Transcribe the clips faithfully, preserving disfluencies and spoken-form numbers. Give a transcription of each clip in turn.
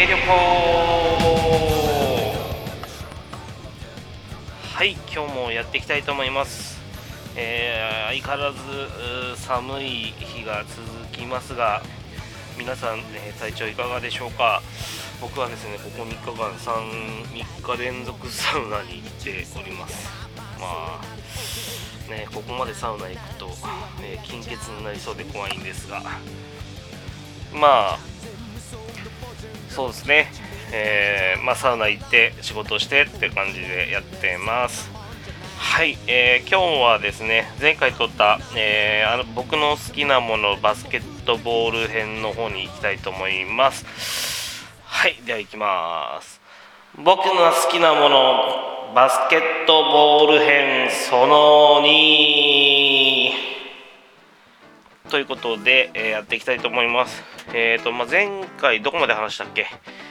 軽旅行。はい、今日もやっていきたいと思います。えー、相変わらず寒い日が続きますが、皆さん、えー、体調いかがでしょうか。僕はですね、ここみっかかんさん、みっか連続サウナに行っております。まあね、ここまでサウナ行くと、えー、金欠になりそうで怖いんですが、まあそうですね、えーまあ、サウナ行って仕事してって感じでやってます。はい、えー、今日はですね、前回撮った、えー、あの僕の好きなものバスケットボール編の方に行きたいと思います。はい、では行きます。僕の好きなものバスケットボール編そのにということで、えー、やっていきたいと思います。えーと、まあ、前回どこまで話したっけ。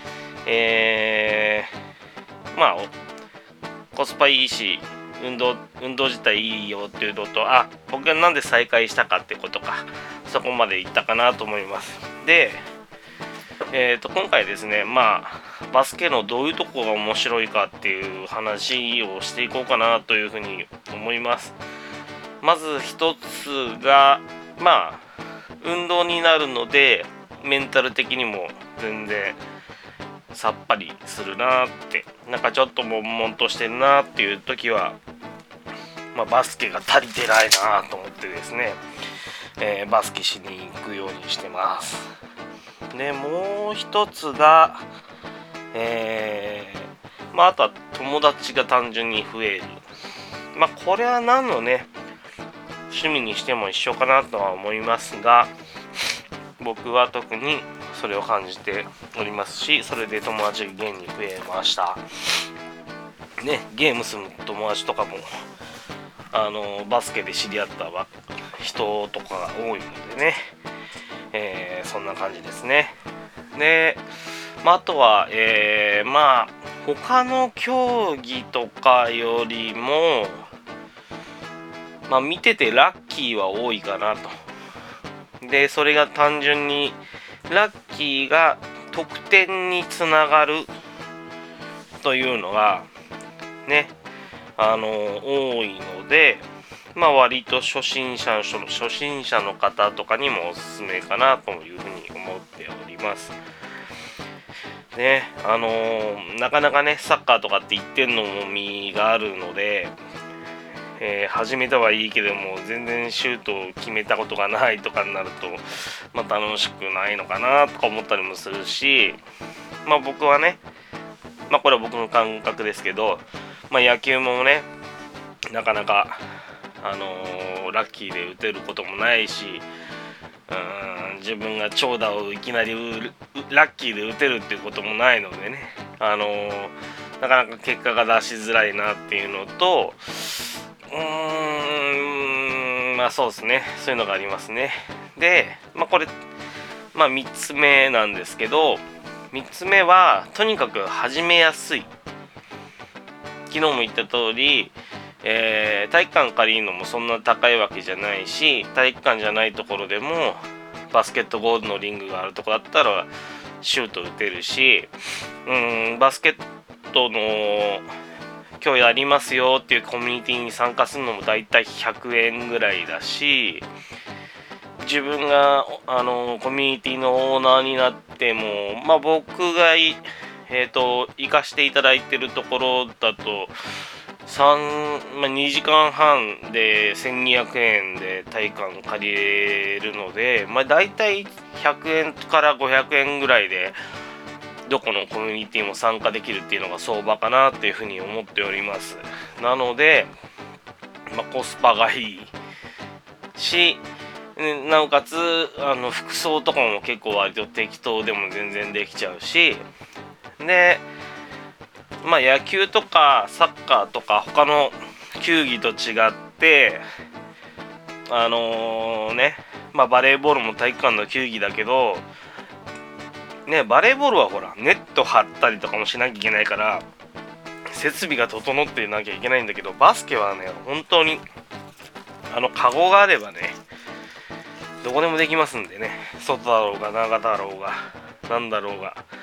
えー、まあコスパいいし運動運動自体いいよっていうのと、あ、僕がなんで再開したかってことか、そこまでいったかなと思います。で、えーと今回ですね、まあバスケのどういうとこが面白いかっていう話をしていこうかなというふうに思います。まず一つが、まあ運動になるのでメンタル的にも全然さっぱりするなって、なんかちょっと悶々としてるなっていう時は、まあ、バスケが足りてないなと思ってですね、えー、バスケしに行くようにしてます。で、もう一つが、えーまあ、あとは友達が単純に増える。まあこれは何のね趣味にしても一緒かなとは思いますが、僕は特にそれを感じておりますし、それで友達が現に増えましたね。ゲームする友達とかもあのバスケで知り合った人とかが多いのでね、えー、そんな感じですね。で、まあ、あとは、えー、まあ他の競技とかよりも、まあ、見ててラッキーは多いかなと。で、それが単純にラッキーが得点につながるというのがね、あの多いので、まあ割と初心者の初心者の方とかにもおすすめかなというふうに思っております。ね、あのー、なかなかねサッカーとかっていってんのみがあるので、えー、始めたはいいけども全然シュートを決めたことがないとかになると、まあ、楽しくないのかなとか思ったりもするし、まあ僕はね、まあこれは僕の感覚ですけど、まあ、野球もねなかなか、あのー、ラッキーで打てることもないし、うーん自分が長打をいきなりラッキーで打てるっていうこともないのでね、あのー、なかなか結果が出しづらいなっていうのと、うーんまあそうですね、そういうのがありますね。で、まあこれ、まあみっつめなんですけど、みっつめはとにかく始めやすい。昨日も言った通り、えー、体育館借りるのもそんな高いわけじゃないし、体育館じゃないところでもバスケットボールのリングがあるところだったらシュート打てるし、うーんバスケットの今日やりますよっていうコミュニティに参加するのもだいたいひゃくえんぐらいだし、自分があのコミュニティのオーナーになっても、まあ僕がいえーと行かしていただいてるところだとさん、まあ、にじかんはんでせんにひゃくえんで体育館借りれるので、まあ、だいたいひゃくえんからごひゃくえんぐらいでどこのコミュニティも参加できるっていうのが相場かなっていうふうに思っております。なので、まあ、コスパがいいし、なおかつあの服装とかも結構割と適当でも全然できちゃうし、でまあ野球とかサッカーとか他の球技と違ってあのー、ねまあバレーボールも体育館の球技だけどね、バレーボールはほらネット張ったりとかもしなきゃいけないから設備が整ってなきゃいけないんだけど、バスケはね本当にあのカゴがあればねどこでもできますんでね、外だろうが中だろうがなんだろうが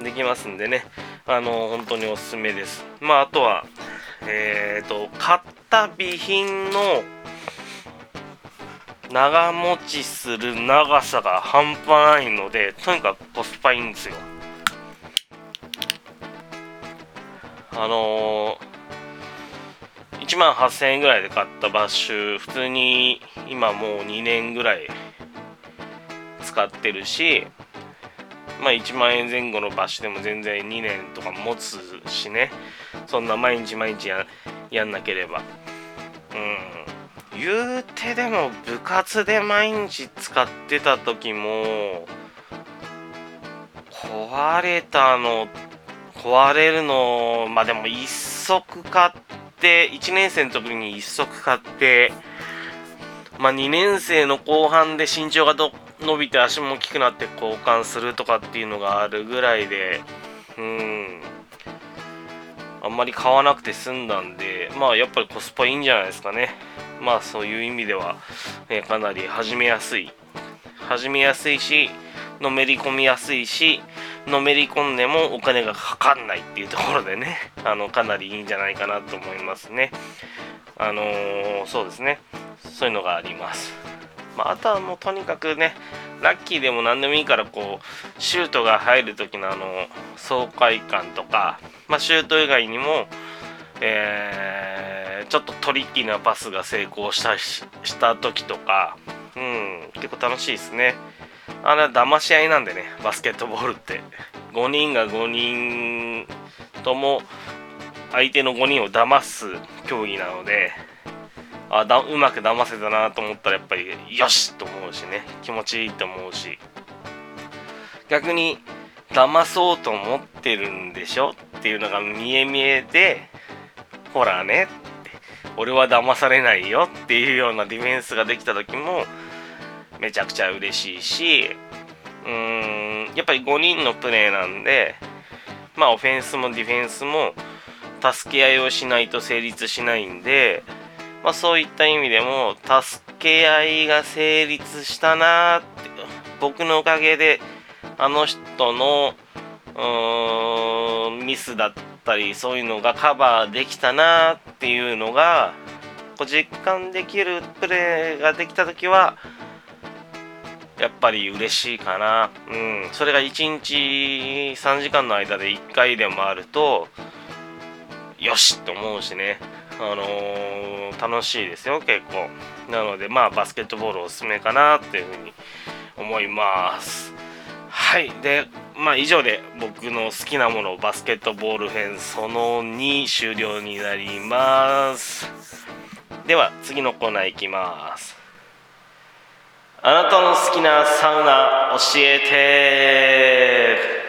できますんでね、あの本当におすすめです。まああとはえっと買った備品の長持ちする長さが半端ないので、とにかくコスパいいんですよ。あのー、いちまんはっせんえんぐらいで買ったバッシュ、普通に今もうにねんぐらい使ってるし、まあいちまんえんぜん後のバッシュでも全然にねんとか持つしね、そんな毎日毎日 や, やんなければ。うん、言うてでも部活で毎日使ってた時も壊れたの壊れるのまあでも一足買っていちねん生の時に一足買って、まあにねん生の後半で身長がど伸びて足も大きくなって交換するとかっていうのがあるぐらいで、うんあんまり買わなくて済んだんで、まあやっぱりコスパいいんじゃないですかね。まあそういう意味では、えー、かなり始めやすい始めやすいし、のめり込みやすいし、のめり込んでもお金がかかんないっていうところでね、あのかなりいいんじゃないかなと思いますね。あのー、そうですね、そういうのがあります。まあ、あとはもうとにかくね、ラッキーでも何でもいいからこうシュートが入る時のあの爽快感とか、まあ、シュート以外にも、えー、ちょっとトリッキーなパスが成功したした時とか、うん、結構楽しいですね。あれは騙し合いなんでね、バスケットボールってごにんがごにんとも相手のごにんを騙す競技なので、あだうまく騙せたなと思ったらやっぱりよしと思うしね、気持ちいいと思うし、逆に騙そうと思ってるんでしょっていうのが見え見えで、ほらねって俺は騙されないよっていうようなディフェンスができた時もめちゃくちゃ嬉しいし、うーんやっぱりごにんのプレーなんで、まあオフェンスもディフェンスも助け合いをしないと成立しないんで、まあ、そういった意味でも助け合いが成立したなーって、僕のおかげであの人のうーんミスだったりそういうのがカバーできたなーっていうのがこう実感できるプレーができた時はやっぱり嬉しいかな。うん、それがいちにちさんじかんの間でいっかいでもあるとよしと思うしね、あのー、楽しいですよ結構。なのでまあバスケットボールおすすめかなっていうふうに思います。はい、でまあ以上で僕の好きなものバスケットボール編そのに終了になります。では次のコーナーいきます。あなたの好きなサウナ教えて。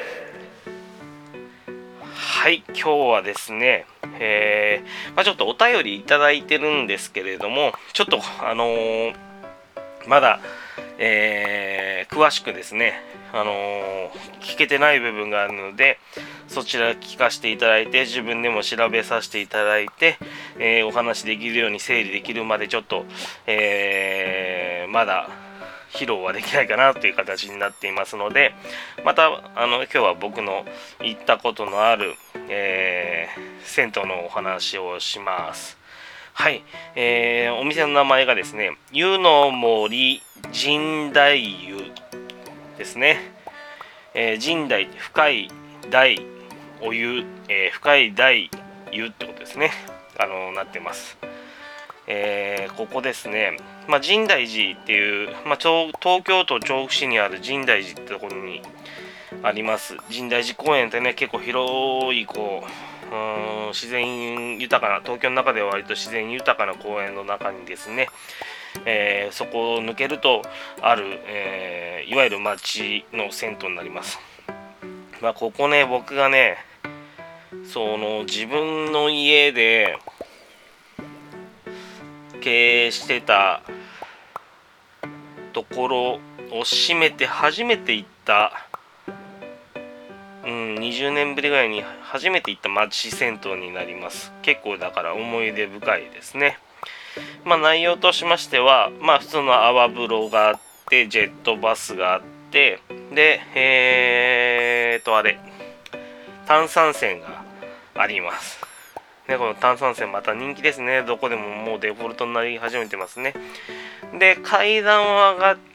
はい、今日はですね、えーまあ、ちょっとお便りいただいてるんですけれども、ちょっとあのー、まだ、えー、詳しくですね、あのー、聞けてない部分があるので、そちら聞かせていただいて、自分でも調べさせていただいて、えー、お話できるように整理できるまでちょっと、えー、まだ披露はできないかなという形になっていますので、またあの今日は僕の行ったことのある、えー、銭湯のお話をします。はい、えー、お店の名前がですね、湯の森神代湯ですね。えー、神代深い大お湯、えー、深い大湯ってことですね。あのなってます。えー、ここですね、まあ、深大寺っていう、まあ、東京都調布市にある深大寺ってところにあります深大寺公園ってね、結構広いこう、うーん自然豊かな、東京の中では割と自然豊かな公園の中にですね、えー、そこを抜けるとある、えー、いわゆる町の銭湯になります。まあ、ここね、僕がねその自分の家で経営してたところを閉めて初めて行った、うん、にじゅうねんぶりぐらいに初めて行った町銭湯になります。結構だから思い出深いですね。まあ内容としましては、まあ普通の泡風呂があって、ジェットバスがあって、で、えーとあれ炭酸泉があります。ね、この炭酸泉また人気ですね。どこでももうデフォルトになり始めてますね。で、階段を上がって、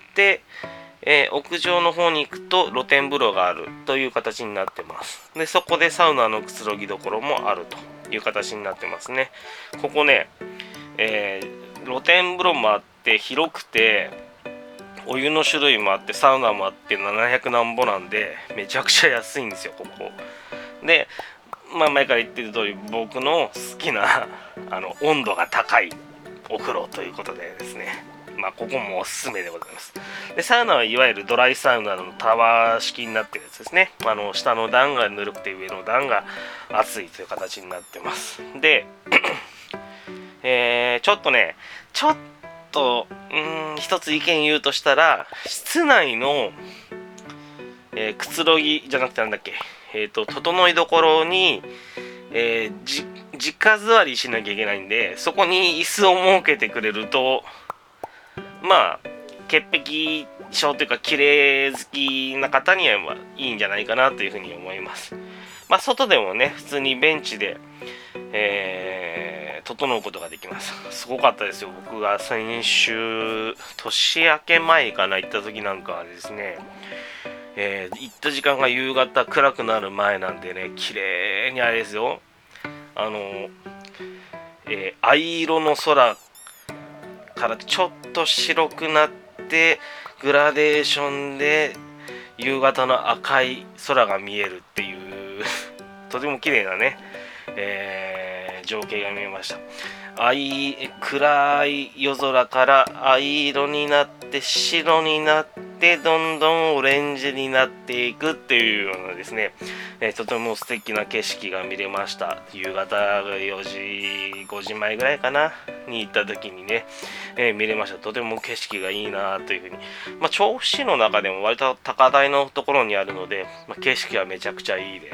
えー、屋上の方に行くと露天風呂があるという形になってます。で、そこでサウナのくつろぎどころもあるという形になってますね。ここね、えー、露天風呂もあって広くて、お湯の種類もあってサウナもあってななひゃくなんぼなんで、めちゃくちゃ安いんですよここで。まあ前から言ってる通り、僕の好きなあの温度が高いお風呂ということでですね、まあここもおすすめでございます。で、サウナはいわゆるドライサウナのタワー式になってるやつですね。あの下の段がぬるくて上の段が熱いという形になってます。で、えー、ちょっとねちょっとうーん一つ意見言うとしたら、室内の、えー、くつろぎじゃなくてなんだっけえーと整いどころに、えー、じ直座りしなきゃいけないんで、そこに椅子を設けてくれると、まあ潔癖症というか綺麗好きな方にはいいんじゃないかなというふうに思います。まあ外でもね普通にベンチで、えー、整うことができます。すごかったですよ。僕が先週年明け前かな行った時なんかはですね、えー、行った時間が夕方暗くなる前なんでね、綺麗にあれですよ、あの、えー、藍色の空からちょっと白くなってグラデーションで夕方の赤い空が見えるっていうとても綺麗なね、えー、情景が見えました。藍暗い夜空から藍色になって白になってどんどんオレンジになっていくっていうようなですね、えー、とても素敵な景色が見れました。夕方よじごじまえぐらいかなに行った時にね、えー、見れました。とても景色がいいなというふうに、まあ、調布市の中でも割と高台のところにあるので、まあ、景色はめちゃくちゃいいです。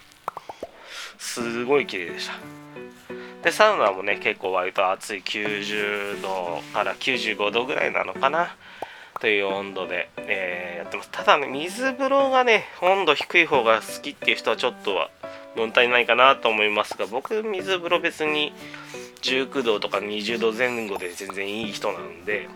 すごい綺麗でした。でサウナもね結構割と暑いきゅうじゅうどからきゅうじゅうごどぐらいなのかなという温度で、えー、やってます。ただね水風呂がね温度低い方が好きっていう人はちょっとは物足りないかなと思いますが、僕水風呂別にじゅうきゅうどとかにじゅうどぜん後で全然いい人なんで、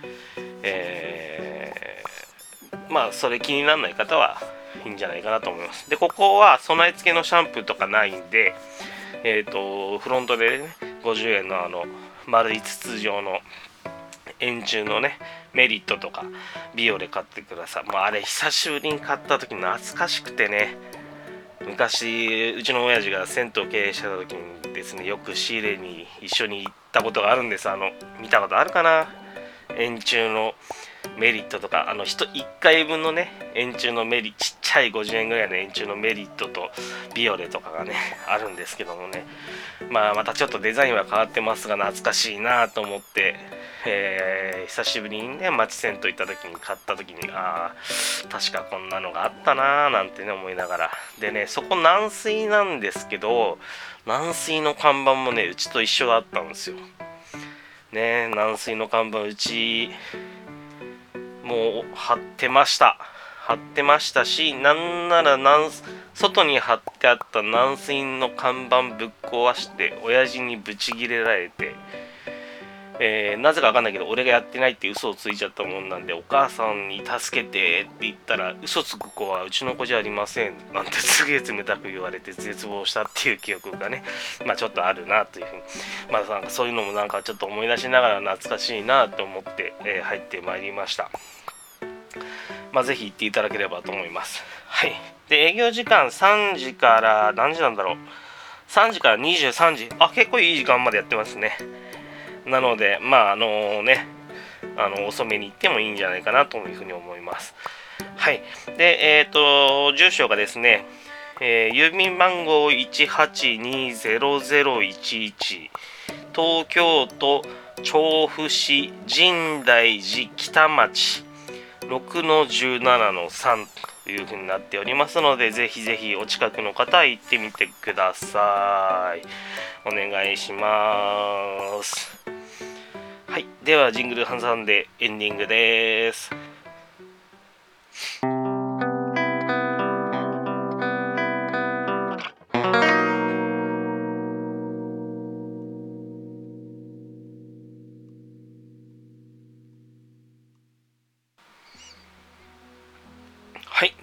えー、まあそれ気にならない方はいいんじゃないかなと思います。でここは備え付けのシャンプーとかないんで、えーとフロントで、ね、ごじゅうえんのあの丸い筒状の円柱のねメリットとかビオレ買ってください。もうあれ久しぶりに買った時懐かしくてね、昔うちの親父が銭湯経営してた時にですね、よく仕入れに一緒に行ったことがあるんです。あの見たことあるかな、円柱のメリットとか、あの人いっかいぶんのね円柱のメリちっちゃいごじゅうえんぐらいの円柱のメリットとビオレとかがねあるんですけどもね、まあまたちょっとデザインは変わってますが懐かしいなと思って、えー、久しぶりにね町銭湯行った時に買った時に、あー確かこんなのがあったなーなんてね思いながら、でねそこ軟水なんですけど、軟水の看板もねうちと一緒だったんですよね。軟水の看板うちもう貼ってました貼ってましたし、なんなら軟外に貼ってあった軟水の看板ぶっ壊して親父にブチギレられて、えー、なぜかわかんないけど俺がやってないって嘘をついちゃったもんなんで、お母さんに助けてって言ったら、嘘つく子はうちの子じゃありませんなんてすげえ冷たく言われて絶望したっていう記憶がね、まあちょっとあるなというふうに、まあなんかそういうのもなんかちょっと思い出しながら懐かしいなと思って、えー、入ってまいりました。まあぜひ行っていただければと思います。はい。で営業時間さんじから何時なんだろう、さんじからにじゅうさんじ、あ結構いい時間までやってますね。なのでまああのねあの遅めに行ってもいいんじゃないかなというふうに思います。はい。でえっ、ー、と住所がですね、えー、郵便番号 いちはちにゼロゼロいちいち、 東京都調布市深大寺北町 ろくのじゅうななのさん というふうになっておりますので、ぜひぜひお近くの方は行ってみてください。お願いします。はい、ではジングル挟んでエンディングです。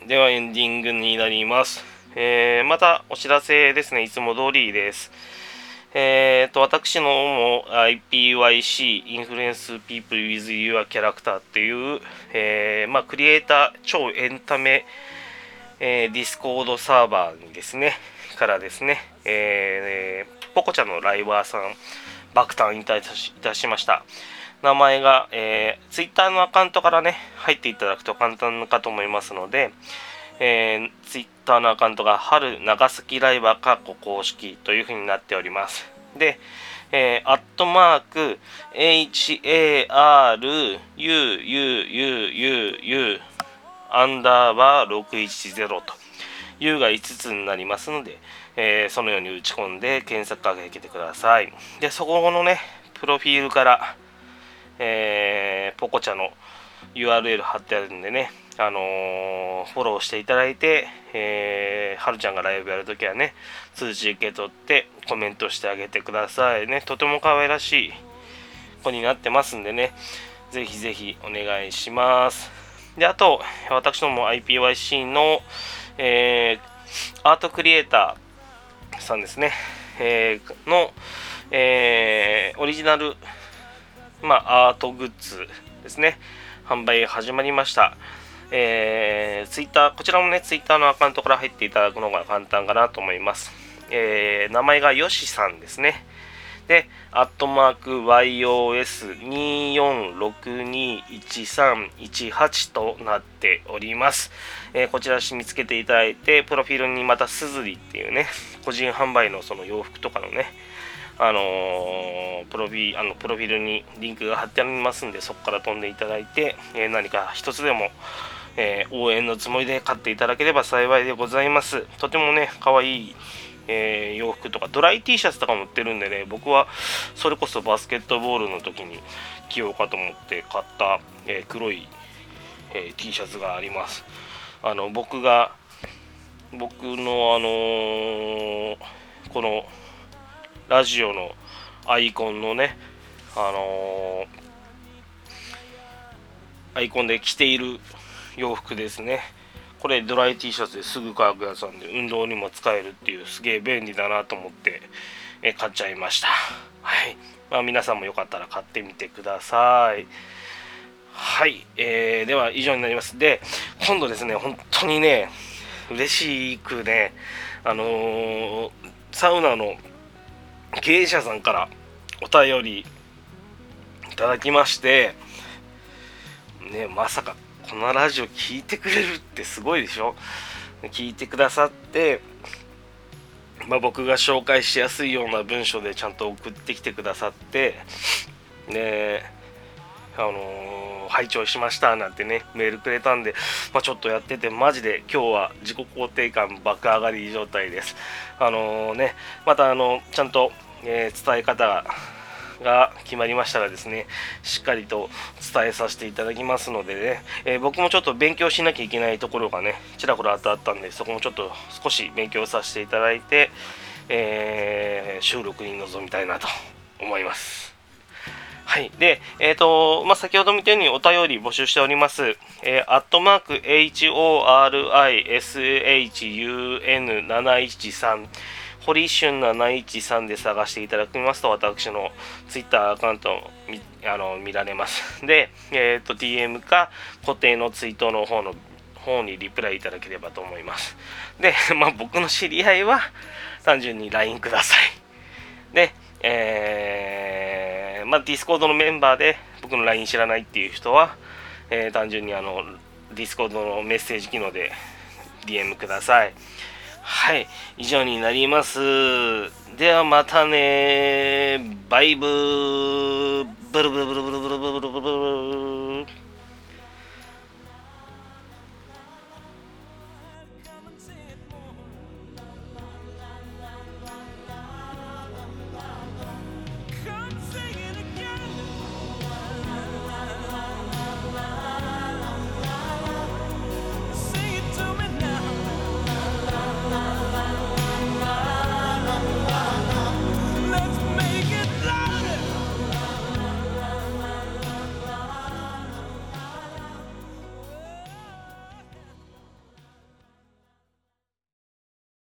ではエンディングになります。えー、またお知らせですね。いつも通りです。えーと、私のも アイピーワイシー Influence People with Your Character っていう、えー、まあ、クリエイター超エンタメ、えー、ディスコードサーバーにですね、からですね、えー、ポコちゃんのライバーさん、爆誕いたし、いたしました。名前が、えー、Twitter のアカウントからね、入っていただくと簡単かと思いますので、えー、Twitter のアカウントが春長崎ライバーかっこ公式というふうになっております。で、えー、アットマーク エイチエーアールユーユーユーユーユー アンダーバーろくいちゼロと U がいつつになりますので、えー、そのように打ち込んで検索かけてください。で、そこのね、プロフィールから、えー、ポコチャの ユーアールエル 貼ってあるんでね、あのー、フォローしていただいて、えー、はるちゃんがライブやるときはね、通知受け取ってコメントしてあげてくださいね。とても可愛らしい子になってますんでね、ぜひぜひお願いします。で、あと、私ども アイピーワイシー の、えー、アートクリエイターさんですね、えー、の、えー、オリジナル、まあ、アートグッズですね、販売始まりました。えー、ツイッター、こちらもね、ツイッターのアカウントから入っていただくのが簡単かなと思います。えー、名前がよしさんですね。で、アットマーク ワイオーエスにーよんろくにいちさんいちはち となっております。えー、こちら見つけていただいて、プロフィールにまたすずりっていうね、個人販売のその洋服とかのね、あのー、プロフィー、あのプロフィールにリンクが貼ってありますんで、そこから飛んでいただいて、えー、何か一つでも、えー、応援のつもりで買っていただければ幸いでございます。とてもね、かわいい、えー、洋服とかドライ T シャツとかも売ってるんでね、僕はそれこそバスケットボールの時に着ようかと思って買った、えー、黒い、えー、T シャツがあります。あの僕が僕のあのー、このラジオのアイコンのね、あのー、アイコンで着ている洋服ですね。これドライ T シャツですぐ乾くやつなんで、運動にも使えるっていうすげえ便利だなと思ってえ買っちゃいました。はい、まあ、皆さんもよかったら買ってみてください。はい、えー、では以上になります。で、今度ですね、本当にね、嬉しくね、あのー、サウナの経営者さんからお便りいただきまして、ね、まさかこのラジオ聞いてくれるってすごいでしょ。聞いてくださって、まあ、僕が紹介しやすいような文章でちゃんと送ってきてくださって、ね、あのー、拝聴しましたなんてねメールくれたんで、まあ、ちょっとやっててマジで今日は自己肯定感爆上がり状態です。あのー、ねまたあのちゃんと、えー、伝え方が決まりましたらですね、しっかりと伝えさせていただきますのでね、えー、僕もちょっと勉強しなきゃいけないところがねちらほらとあったんで、そこもちょっと少し勉強させていただいて、えー、収録に臨みたいなと思います。はい。で、えっ、ー、と、まあ、先ほど見たようにお便り募集しております。えー、アットマーク エイチオーアールアイエスエイチユーエヌなないちさん、堀俊なないちさんで探していただきますと、私のツイッターアカウントを 見, あの見られます。で、えっ、ー、と、ディーエム か固定のツイートの方の方にリプライいただければと思います。で、まあ、僕の知り合いは単純に ライン ください。で、えー、まあ、ディスコードのメンバーで僕の ライン 知らないっていう人は、えー、単純にあのディスコードのメッセージ機能で ディーエム ください。はい、以上になります。ではまたね、バイブー、ブルブルブルブルブルブルブルブル